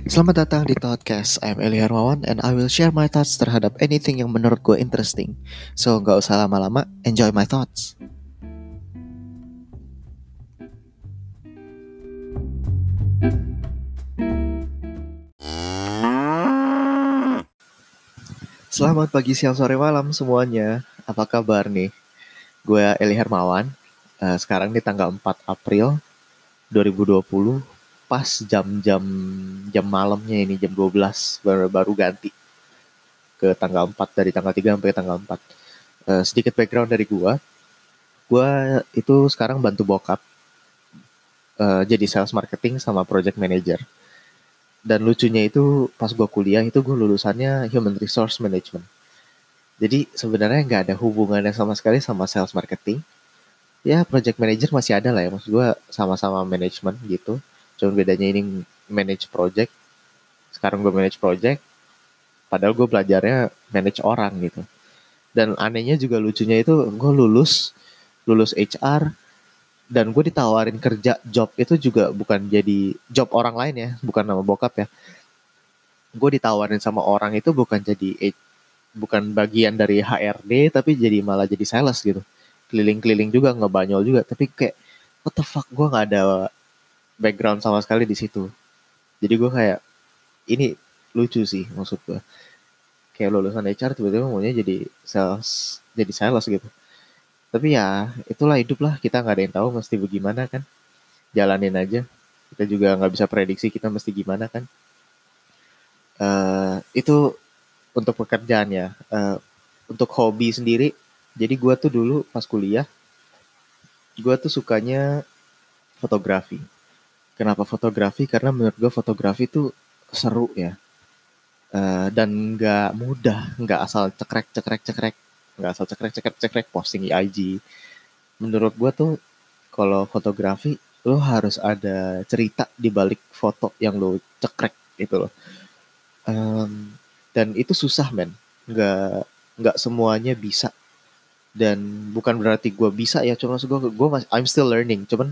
Selamat datang di Thoughtcast. I'm Eli Hermawan and I will share my thoughts terhadap anything yang menurut gue interesting. So, nggak usah lama-lama, enjoy my thoughts. Selamat pagi, siang, sore, malam semuanya. Apa kabar nih? Gue Eli Hermawan. Sekarang di tanggal 4 April 2020. Pas jam malamnya ini, jam 12. Baru ganti ke tanggal 4, dari tanggal 3 sampai tanggal 4. Sedikit background dari gue. Gue itu sekarang bantu bokap jadi sales marketing sama project manager. Dan lucunya itu pas gue kuliah itu gue lulusannya Human Resource Management. Jadi sebenarnya nggak ada hubungannya sama sekali sama sales marketing. Ya project manager masih ada lah ya, maksud gue sama-sama management gitu. Cuma bedanya ini manage project. Sekarang gue manage project, padahal gue belajarnya manage orang gitu. Dan anehnya juga lucunya itu gue lulus HR, dan gue ditawarin kerja job itu juga bukan jadi job orang lain ya, bukan nama bokap ya. Gue ditawarin sama orang itu bukan bagian dari HRD, tapi jadi malah jadi sales gitu, keliling-keliling juga, ngebanyol juga, tapi kayak what the fuck, gue nggak ada background sama sekali di situ. Jadi gue kayak, ini lucu sih maksud gue, kayak lulusan HR tiba-tiba maunya jadi sales gitu. Tapi ya itulah hidup lah, kita nggak ada yang tahu mesti bagaimana kan, jalanin aja. Kita juga nggak bisa prediksi kita mesti gimana kan. Itu untuk pekerjaan ya. Untuk hobi sendiri, jadi gue tuh dulu pas kuliah, gue tuh sukanya fotografi. Kenapa fotografi? Karena menurut gue fotografi tuh seru ya. Dan nggak mudah, nggak asal cekrek, nggak asal cekrek posting di IG. Menurut gue tuh kalau fotografi, lo harus ada cerita di balik foto yang lo cekrek gitu loh. Dan itu susah men, nggak semuanya bisa. Dan bukan berarti gue bisa ya, cuma gue masih I'm still learning. Cuman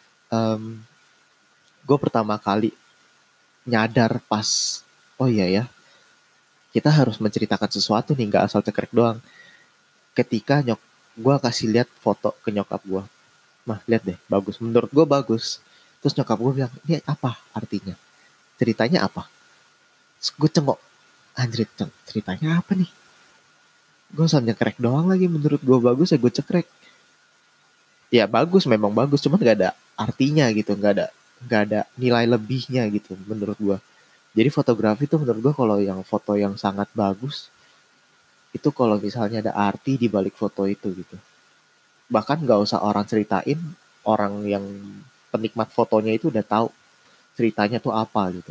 gue pertama kali nyadar pas, oh iya ya, kita harus menceritakan sesuatu nih, nggak asal cekrek doang. Ketika gue kasih lihat foto ke nyokap gue, mah lihat deh, bagus, menurut gue bagus. Terus nyokap gue bilang, ini apa artinya, ceritanya apa? Terus gue cengok, anjir, ceritanya apa nih? Gue asal nyekrek doang lagi, menurut gue bagus ya gue cekrek. Ya bagus, memang bagus, cuman nggak ada artinya gitu, nggak ada nilai lebihnya gitu menurut gue. Jadi fotografi tuh menurut gue, kalau yang foto yang sangat bagus itu kalau misalnya ada arti di balik foto itu gitu. Bahkan nggak usah orang ceritain, orang yang penikmat fotonya itu udah tahu ceritanya tuh apa gitu.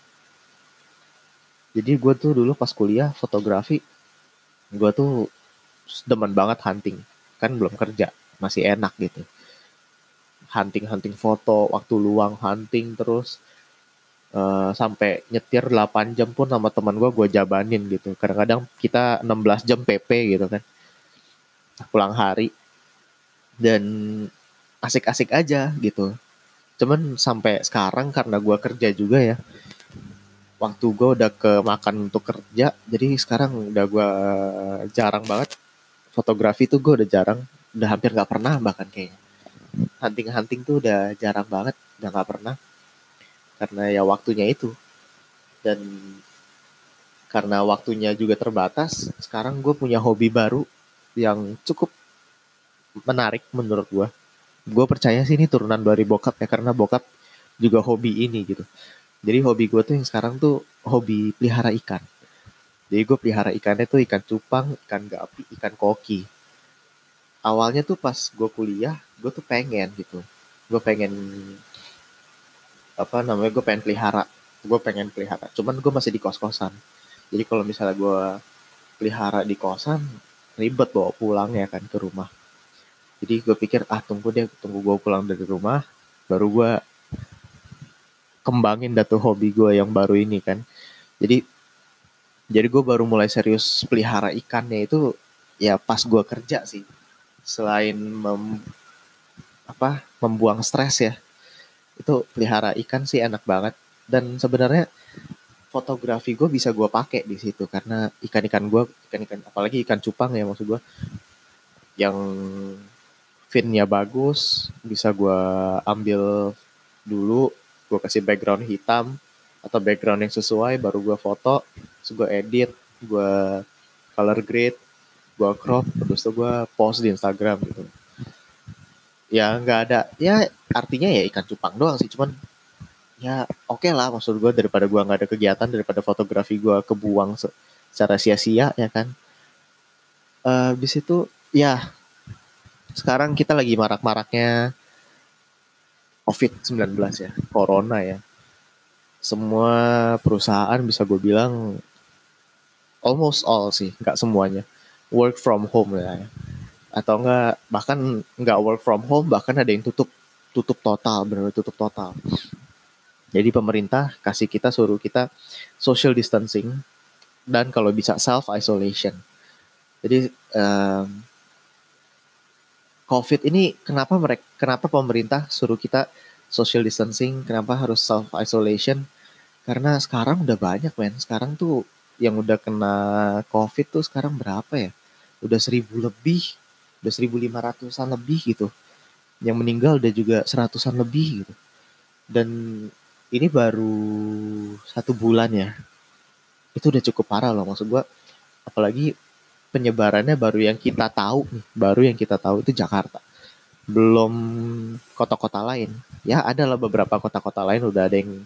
Jadi gue tuh dulu pas kuliah fotografi, gue tuh demen banget hunting. Kan belum kerja, masih enak gitu. Hunting foto, waktu luang hunting terus. Sampai nyetir 8 jam pun sama teman gue jabanin gitu. Kadang-kadang kita 16 jam PP gitu kan, pulang hari. Dan asik-asik aja gitu. Cuman sampai sekarang karena gue kerja juga ya, waktu gue udah kemakan untuk kerja, jadi sekarang udah gue jarang banget. Fotografi tuh gue udah jarang, udah hampir gak pernah bahkan kayaknya. Hunting-hunting tuh udah jarang banget, udah gak pernah. Karena ya waktunya itu. Dan karena waktunya juga terbatas, sekarang gue punya hobi baru yang cukup menarik menurut gue. Gue percaya sih ini turunan dari bokap ya, karena bokap juga hobi ini gitu. Jadi hobi gue tuh yang sekarang tuh hobi pelihara ikan. Jadi gue pelihara ikannya tuh ikan cupang, ikan gapi, ikan koki. Awalnya tuh pas gue kuliah, gue tuh pengen gitu. Gue pengen, apa namanya, gue pengen pelihara. Cuman gue masih di kos-kosan. Jadi kalau misalnya gue pelihara di kosan, ribet bawa pulang ya kan ke rumah. Jadi gue pikir, tunggu gue pulang dari rumah, baru gue kembangin tuh hobi gue yang baru ini kan. Jadi gue baru mulai serius pelihara ikannya itu ya pas gue kerja sih. Selain membuang stres ya, itu pelihara ikan sih enak banget. Dan sebenarnya fotografi gue bisa gue pakai di situ karena ikan-ikan apalagi ikan cupang ya maksud gue yang finnya bagus bisa gue ambil dulu, gue kasih background hitam atau background yang sesuai baru gue foto, terus gue edit, gue color grade, gue crop, terus tuh gue post di Instagram gitu. Ya nggak ada, ya artinya ya ikan cupang doang sih, cuman ya oke lah maksud gue daripada gue nggak ada kegiatan, daripada fotografi gue kebuang secara sia-sia ya kan. Habis itu ya sekarang kita lagi marak-maraknya COVID-19 ya, Corona ya. Semua perusahaan bisa gue bilang almost all sih, nggak semuanya work from home ya. Atau enggak bahkan nggak work from home, bahkan ada yang tutup total, benar-benar tutup total. Jadi pemerintah suruh kita social distancing dan kalau bisa self isolation. Jadi COVID ini kenapa pemerintah suruh kita social distancing, kenapa harus self isolation? Karena sekarang udah banyak men. Sekarang tuh yang udah kena COVID tuh sekarang berapa ya? Udah 1.000 lebih, udah 1.500-an lebih gitu. Yang meninggal udah juga 100-an lebih gitu. Dan ini baru 1 bulan ya. Itu udah cukup parah loh maksud gua. Apalagi penyebarannya baru yang kita tahu itu Jakarta. Belum kota-kota lain. Ya ada lah beberapa kota-kota lain udah ada yang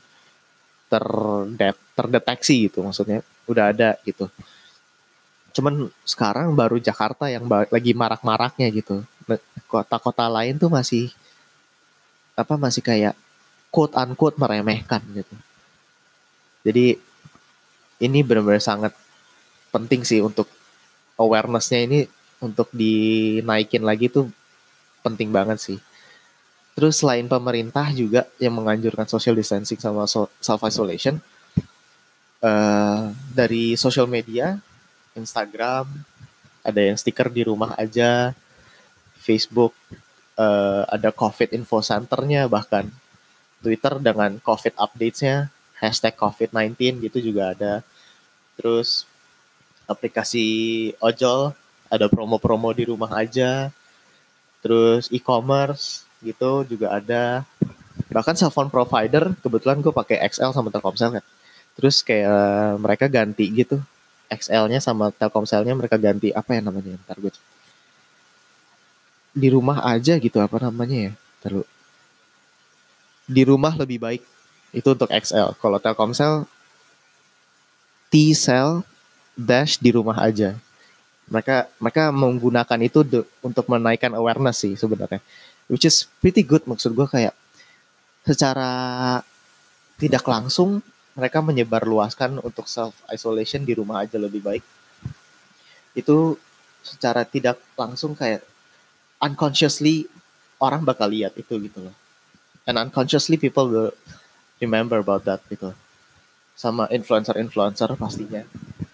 terdeteksi gitu maksudnya. Udah ada gitu. Cuman sekarang baru Jakarta yang lagi marak-maraknya gitu. Kota-kota lain tuh masih kayak quote unquote meremehkan gitu. Jadi ini benar-benar sangat penting sih untuk awareness-nya ini untuk dinaikin lagi tuh penting banget sih. Terus selain pemerintah juga yang menganjurkan social distancing sama self isolation, dari social media, Instagram, ada yang stiker di rumah aja, Facebook, ada COVID info centernya, bahkan Twitter dengan COVID updates-nya, hashtag COVID-19 gitu juga ada. Terus aplikasi ojol, ada promo-promo di rumah aja. Terus e-commerce gitu juga ada. Bahkan cell phone provider, kebetulan gue pakai XL sama Telkomsel kan. Terus kayak mereka ganti gitu. XL-nya sama Telkomselnya mereka ganti apa ya namanya? Ntar gue di rumah aja gitu apa namanya ya? Terus di rumah lebih baik itu untuk XL. Kalau Telkomsel T-Cell dash di rumah aja. Mereka menggunakan itu untuk menaikkan awareness sih sebenarnya. Which is pretty good maksud gue kayak secara tidak langsung mereka menyebarluaskan untuk self isolation di rumah aja lebih baik. Itu secara tidak langsung kayak unconsciously orang bakal lihat itu gitu loh. And unconsciously people will remember about that gitu. Sama influencer pastinya.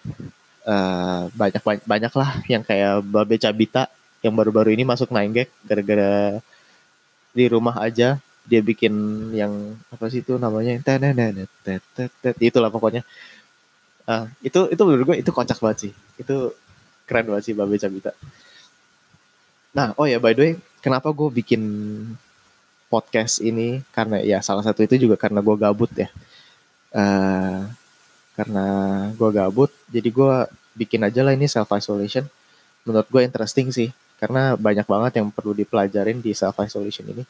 Banyak lah yang kayak Babe Cabita yang baru-baru ini masuk 9gag gara-gara di rumah aja dia bikin yang apa sih itu namanya itulah pokoknya. Itu menurut gue itu kocak banget sih, itu keren banget sih Babe Cabita. Nah oh ya by the way kenapa gue bikin podcast ini karena ya salah satu itu juga karena gue gabut ya. Karena gue gabut jadi gue bikin aja lah ini self isolation. Menurut gue interesting sih karena banyak banget yang perlu dipelajarin di self isolation ini.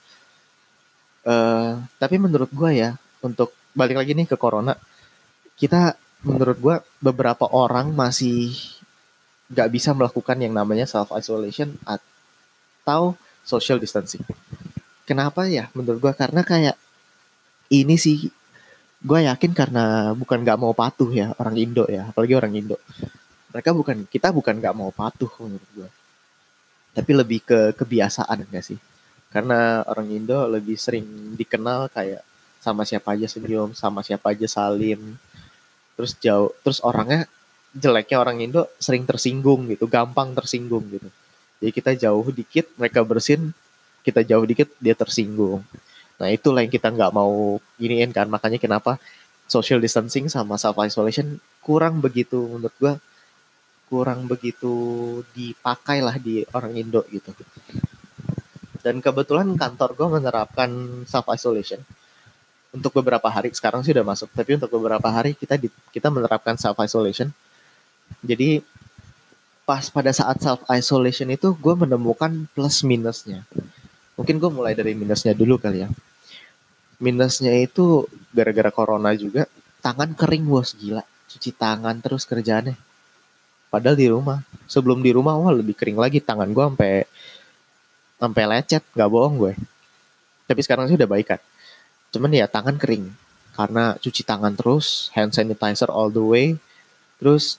Tapi menurut gue ya untuk balik lagi nih ke corona, kita menurut gue beberapa orang masih nggak bisa melakukan yang namanya self isolation atau social distancing. Kenapa ya? Menurut gue karena kayak ini sih gue yakin karena bukan nggak mau patuh ya orang Indo ya, apalagi orang Indo. Kita bukan nggak mau patuh menurut gue, tapi lebih ke kebiasaan enggak sih? Karena orang Indo lebih sering dikenal kayak sama siapa aja senyum, sama siapa aja salim. Terus orangnya jeleknya orang Indo sering tersinggung gitu, gampang tersinggung gitu. Jadi kita jauh dikit, mereka bersin, kita jauh dikit dia tersinggung. Nah itulah yang kita nggak mau giniin kan, makanya kenapa social distancing sama self isolation kurang begitu menurut gue, kurang begitu dipakai lah di orang Indo gitu. Dan kebetulan kantor gue menerapkan self isolation untuk beberapa hari. Sekarang sih udah masuk, tapi untuk beberapa hari kita menerapkan self isolation. Jadi pas pada saat self isolation itu gue menemukan plus minusnya. Mungkin gue mulai dari minusnya dulu kali ya. Minusnya itu gara-gara corona juga, tangan kering bos, gila. Cuci tangan terus kerjaannya. Padahal di rumah. Sebelum di rumah wah lebih kering lagi, tangan gue sampai sampai lecet, nggak bohong gue. Tapi sekarang sih udah baikan. Cuman ya tangan kering karena cuci tangan terus, hand sanitizer all the way. Terus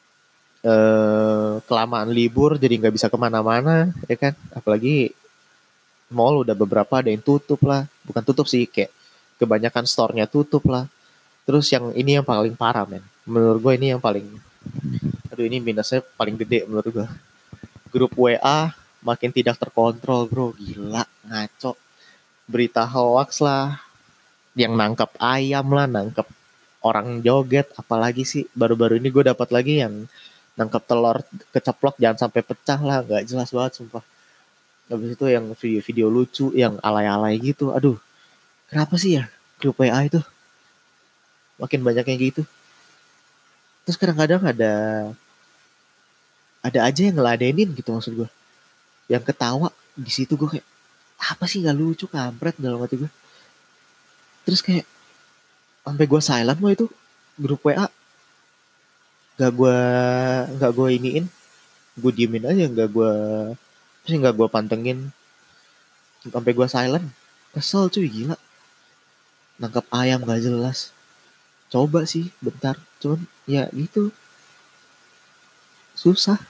kelamaan libur jadi nggak bisa kemana-mana, ya kan? Apalagi mall udah beberapa ada yang tutup lah, bukan tutup sih, kayak kebanyakan store-nya tutup lah. Terus yang ini yang paling parah men, menurut gue ini yang paling, aduh ini minusnya paling gede menurut gue. Grup WA makin tidak terkontrol bro, gila ngaco. Berita hoax lah, yang nangkep ayam lah, nangkep orang joget, apalagi sih baru-baru ini gue dapat lagi yang nangkep telur keceplok jangan sampai pecah lah, nggak jelas banget sumpah. Habis itu yang video-video lucu yang alay-alay gitu, aduh kenapa sih ya grup WA itu makin banyak yang gitu. Terus kadang-kadang ada aja yang ngeladenin gitu maksud gue, yang ketawa di situ gue kayak apa sih nggak lucu kampret dalam hati gue. Terus kayak sampai gue silent mau itu grup WA, gak gue iniin, gue diemin aja, nggak gue pantengin, sampai gue silent. Kesel cuy, gila nangkap ayam gak jelas. Coba sih bentar, cuman ya gitu, susah.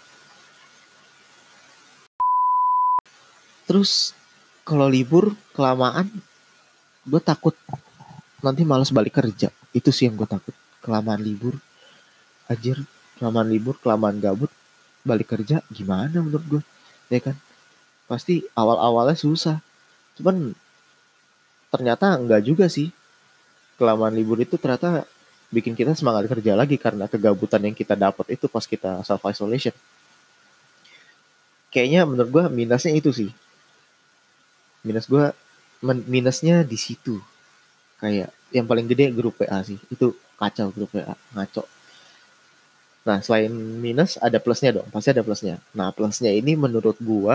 Terus kalau libur kelamaan, gue takut nanti malas balik kerja. Itu sih yang gue takut, kelamaan libur. Anjir, kelamaan libur, kelamaan gabut, balik kerja gimana menurut gue, ya kan? Pasti awal-awalnya susah. Cuman ternyata enggak juga sih. Kelamaan libur itu ternyata bikin kita semangat kerja lagi karena kegabutan yang kita dapat itu pas kita self isolation. Kayaknya menurut gue minusnya itu sih. Minusnya di situ. Kayak yang paling gede grup WA sih. Itu kacau, grup WA, ngaco. Nah, selain minus ada plusnya dong, pasti ada plusnya. Nah, plusnya ini menurut gue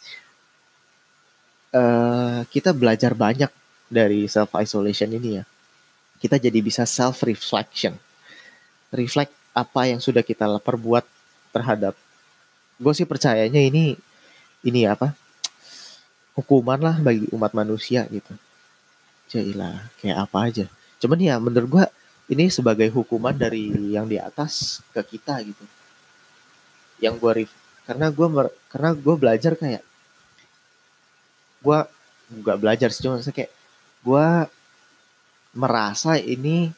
kita belajar banyak dari self isolation ini ya. Kita jadi bisa self reflection. Reflect apa yang sudah kita perbuat terhadap, gue sih percayanya ini apa, hukuman lah bagi umat manusia gitu. Jailah kayak apa aja. Cuman ya menurut gue ini sebagai hukuman dari yang di atas ke kita gitu. Yang gue karena gue belajar kayak, gue nggak belajar sih, cuma kayak gue merasa ini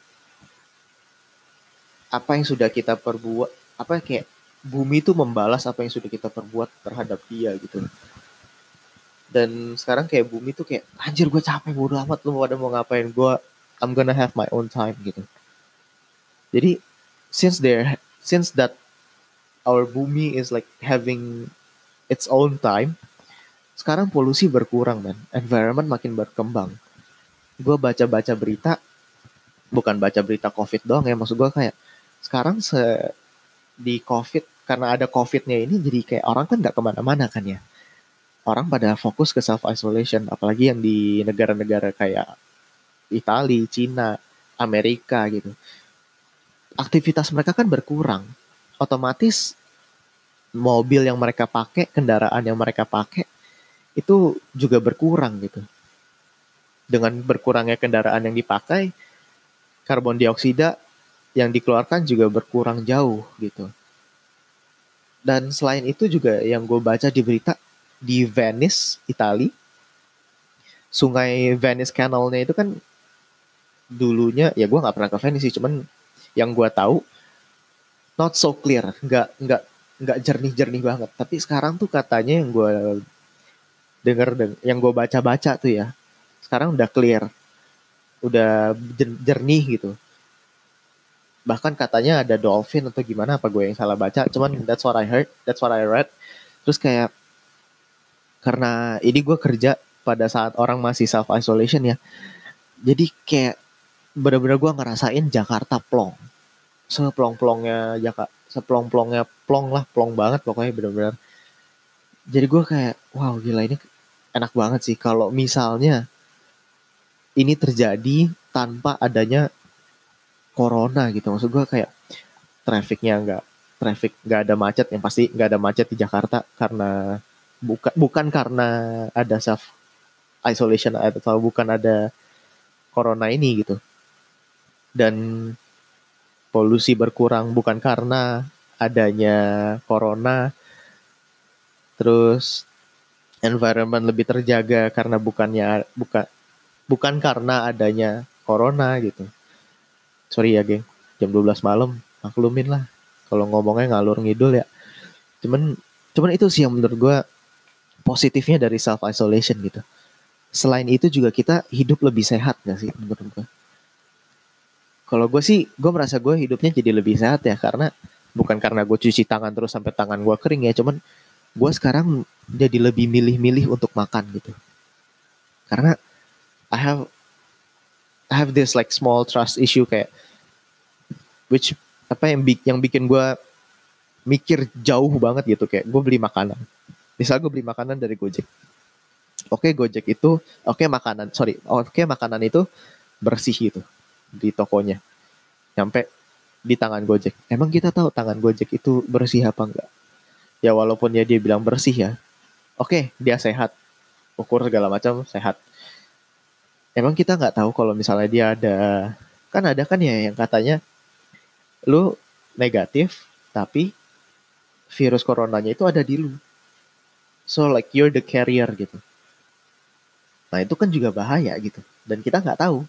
apa yang sudah kita perbuat, apa kayak bumi itu membalas apa yang sudah kita perbuat terhadap dia gitu. Dan sekarang kayak bumi tuh kayak anjir gue capek, bodo amat lu pada mau ngapain, I'm gonna have my own time gitu. Jadi since that our bumi is like having its own time, sekarang polusi berkurang man, environment makin berkembang. Gue baca-baca berita, bukan baca berita COVID doang ya, maksud gue kayak sekarang di COVID, karena ada COVID-nya ini jadi kayak orang kan nggak kemana-mana kan ya. Orang pada fokus ke self isolation, apalagi yang di negara-negara kayak Italia, Cina, Amerika gitu. Aktivitas mereka kan berkurang. Otomatis mobil yang mereka pakai, kendaraan yang mereka pakai itu juga berkurang gitu. Dengan berkurangnya kendaraan yang dipakai, karbon dioksida yang dikeluarkan juga berkurang jauh gitu. Dan selain itu juga yang gue baca di berita, di Venice, Italia, sungai Venice Canal-nya itu kan dulunya, ya gue nggak pernah ke Venice sih, cuman yang gue tahu not so clear, nggak jernih banget. Tapi sekarang tuh katanya yang gue yang gue baca tuh ya, sekarang udah clear, udah jernih gitu. Bahkan katanya ada dolphin atau gimana, apa gue yang salah baca, cuman that's what I heard, that's what I read. Terus kayak karena ini gue kerja pada saat orang masih self isolation ya, jadi kayak bener-bener gue ngerasain Jakarta plong, seplong-plongnya Jakarta, seplong-plongnya plong lah, plong banget pokoknya bener-bener. Jadi gue kayak wow gila, ini enak banget sih kalau misalnya ini terjadi tanpa adanya corona gitu. Maksud gue kayak trafficnya nggak ada macet, yang pasti nggak ada macet di Jakarta karena bukan karena ada self isolation atau bukan ada corona ini gitu. Dan polusi berkurang bukan karena adanya corona. Terus environment lebih terjaga karena bukan karena adanya corona gitu. Sorry ya geng, jam 12 malam maklumin lah kalau ngomongnya ngalur ngidul ya. Cuman itu sih yang menurut gue positifnya dari self isolation gitu. Selain itu juga kita hidup lebih sehat gak sih menurut gue? Kalau gue sih, gue merasa gue hidupnya jadi lebih sehat ya, karena bukan karena gue cuci tangan terus sampai tangan gue kering ya, cuman gue sekarang jadi lebih milih-milih untuk makan gitu. Karena I have I have this like small trust issue kayak which apa yang bikin gue mikir jauh banget gitu, kayak gue beli makanan. Misal gue beli makanan dari Gojek. Gojek itu makanan itu bersih gitu di tokonya. Nyampe di tangan Gojek. Emang kita tahu tangan Gojek itu bersih apa enggak? Ya walaupun ya dia bilang bersih ya. Dia sehat. Ukur segala macam sehat. Emang kita nggak tahu kalau misalnya dia ada kan ya yang katanya lu negatif tapi virus coronanya itu ada di lu. So like you're the carrier gitu. Nah itu kan juga bahaya gitu. Dan kita nggak tahu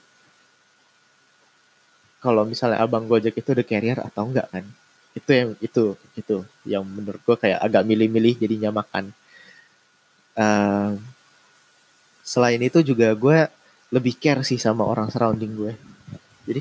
kalau misalnya abang Gojek itu the carrier atau enggak kan. Itu yang menurut gue kayak agak milih-milih jadinya makan. Uh, Selain itu juga gue lebih care sih sama orang surrounding gue. Jadi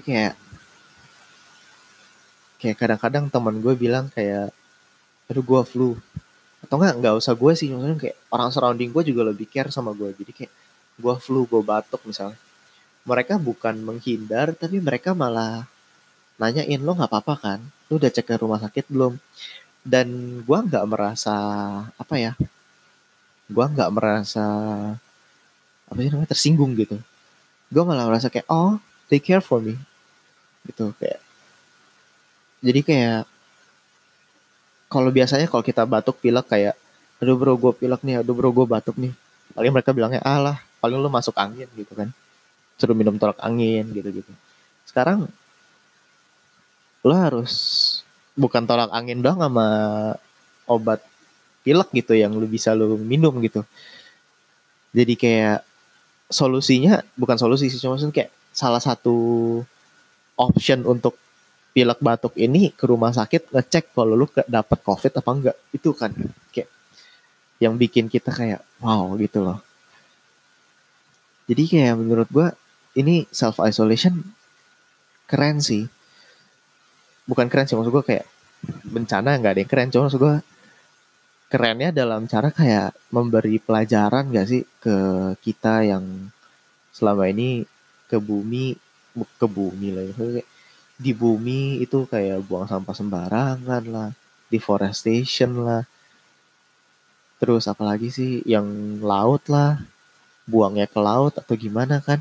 kayak kadang-kadang teman gue bilang kayak aduh gue flu, atau nggak usah gue sih, maksudnya kayak orang surrounding gue juga lebih care sama gue. Jadi kayak gue flu, gue batuk misalnya, mereka bukan menghindar tapi mereka malah nanyain lo nggak apa-apa kan, lo udah cek ke rumah sakit belum. Dan gue nggak merasa apa ya, gue nggak merasa apa sih namanya, tersinggung gitu. Gue malah merasa kayak oh they care for me gitu. Kayak jadi kayak kalau biasanya kalau kita batuk pilek kayak aduh bro gue pilek nih, aduh bro gue batuk nih, paling mereka bilangnya alah paling lu masuk angin gitu kan, suruh minum tolak angin gitu. Sekarang lo harus bukan tolak angin doang sama obat pilek gitu yang lu bisa lu minum gitu. Jadi kayak solusinya bukan solusi sih, cuma kayak salah satu option untuk pilek batuk ini ke rumah sakit ngecek kalau lu dapat covid apa enggak. Itu kan kayak yang bikin kita kayak wow gitu loh. Jadi kayak menurut gue ini self isolation keren sih. Bukan keren sih, maksud gue kayak bencana nggak ada yang keren, cuma maksud gue kerennya dalam cara kayak memberi pelajaran gak sih ke kita yang selama ini ke bumi lah ya. Di bumi itu kayak buang sampah sembarangan lah, deforestation lah, terus apalagi sih yang laut lah, buangnya ke laut atau gimana kan.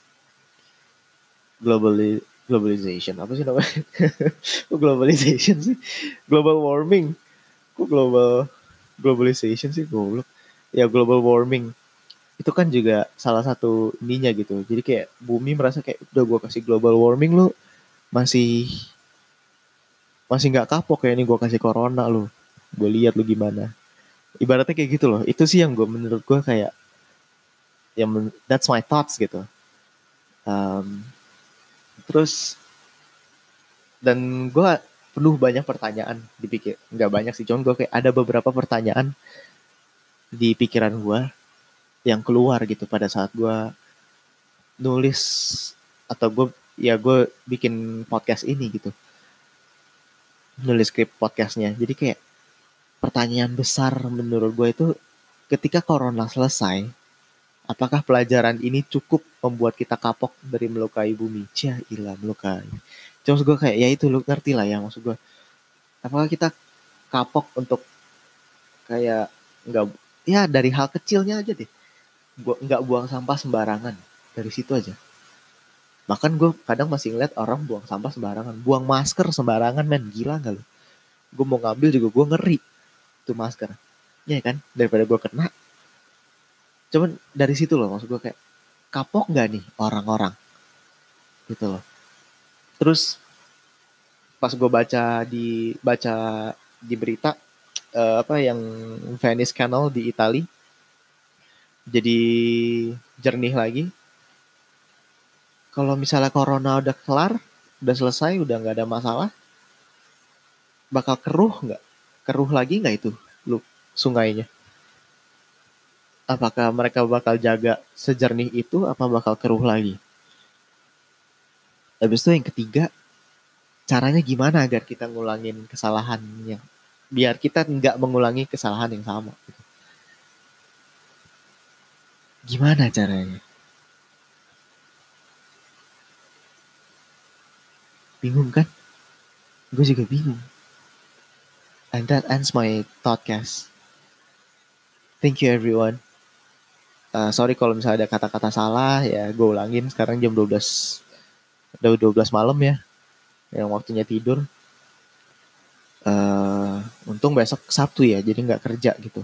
Globalization apa sih namanya? Kok globalization sih? Global warming. Kok globalization sih, goblok. Ya global warming itu kan juga salah satu ininya gitu. Jadi kayak bumi merasa kayak udah gue kasih global warming, lu masih masih nggak kapok ya, ini gue kasih corona lu. Gue lihat lu gimana. Ibaratnya kayak gitu loh. Itu sih yang menurut gue kayak that's my thoughts gitu. Um, Terus dan gue penuh banyak pertanyaan dipikir, nggak banyak sih, cuman gue kayak ada beberapa pertanyaan di pikiran gue yang keluar gitu pada saat gue nulis atau gue bikin podcast ini gitu. nulis skrip podcastnya. Jadi kayak pertanyaan besar menurut gue itu, ketika corona selesai, apakah pelajaran ini cukup membuat kita kapok dari melukai bumi? Cah, ilah melukai. Cuma maksud gue kayak, ya itu lu ngerti lah ya maksud gue. Apakah kita kapok untuk kayak nggak, ya dari hal kecilnya aja deh. Nggak buang sampah sembarangan. Dari situ aja. Bahkan gue kadang masih ngeliat orang buang sampah sembarangan. Buang masker sembarangan, men. Gila nggak lu? Gue mau ngambil juga gue ngeri. Itu masker. Ya kan? Daripada gue kena. Cuman dari situ loh maksud gue kayak, kapok nggak nih orang-orang? Gitu loh. Terus pas gue baca di berita, apa yang Venice Canal di Italia jadi jernih lagi. Kalau misalnya corona udah kelar, udah selesai, udah nggak ada masalah, bakal keruh nggak? Keruh lagi nggak itu, lu sungainya? Apakah mereka bakal jaga sejernih itu, apa bakal keruh lagi? Habis itu yang ketiga, caranya gimana agar kita ngulangin kesalahan yang, biar kita nggak mengulangi kesalahan yang sama? Gimana caranya? Bingung kan? Gue juga bingung. And that ends my podcast. Thank you everyone. Sorry kalau misalnya ada kata-kata salah, ya gue ulangin. Sekarang jam 12, udah 12 malam ya, yang waktunya tidur. Untung besok Sabtu ya, jadi nggak kerja gitu.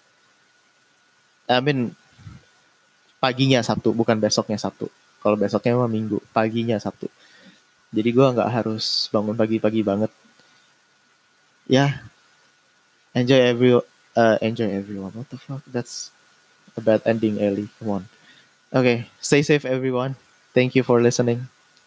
I mean, paginya Sabtu, bukan besoknya Sabtu. Kalau besoknya mah Minggu, paginya Sabtu. Jadi gue nggak harus bangun pagi-pagi banget. Ya, enjoy enjoy everyone. What the fuck? That's a bad ending, Ellie. Come on. Okay, stay safe everyone. Thank you for listening.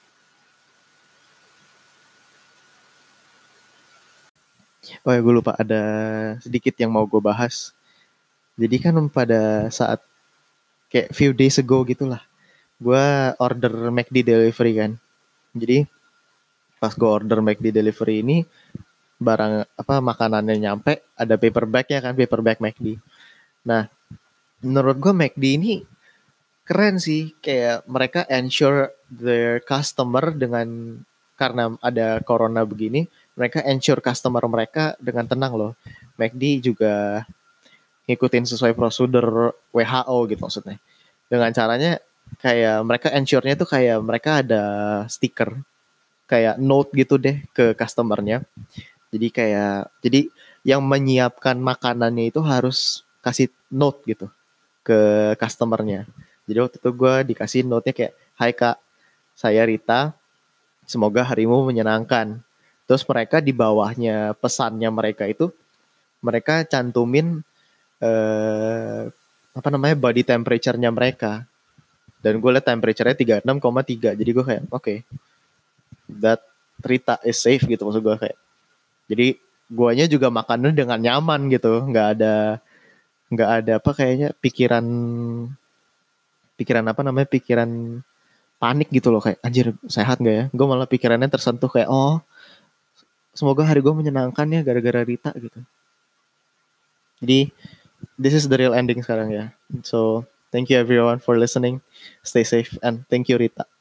Oh ya, gue lupa ada sedikit yang mau gue bahas. Jadi kan pada saat kayak few days ago gitulah, gue order McD delivery kan. Jadi pas gue order McD delivery ini, barang apa makanannya nyampe, ada paper bagnya kan, paper bag McD. Nah, menurut gue McD ini keren sih, kayak mereka ensure their customer dengan, karena ada corona begini, mereka ensure customer mereka dengan tenang loh. McD juga ngikutin sesuai prosedur WHO gitu maksudnya. Dengan caranya kayak mereka ensure-nya tuh kayak mereka ada stiker kayak note gitu deh ke customernya. Jadi yang menyiapkan makanannya itu harus kasih note gitu ke customernya. Jadi waktu itu gue dikasih note-nya kayak, "Hai Kak, saya Rita, semoga harimu menyenangkan." Terus mereka di bawahnya pesannya mereka itu, mereka cantumin apa namanya, body temperature-nya mereka. Dan gue liat temperature-nya 36,3. Jadi gue kayak, oke, that Rita is safe gitu maksud gue kayak. Jadi guanya juga makannya dengan nyaman gitu, nggak ada apa kayaknya pikiran apa namanya, pikiran panik gitu loh, kayak anjir sehat nggak ya. Gue malah pikirannya tersentuh kayak, oh semoga hari gue menyenangkan ya gara-gara Rita gitu. Jadi this is the real ending sekarang ya. So thank you everyone for listening, stay safe and thank you Rita.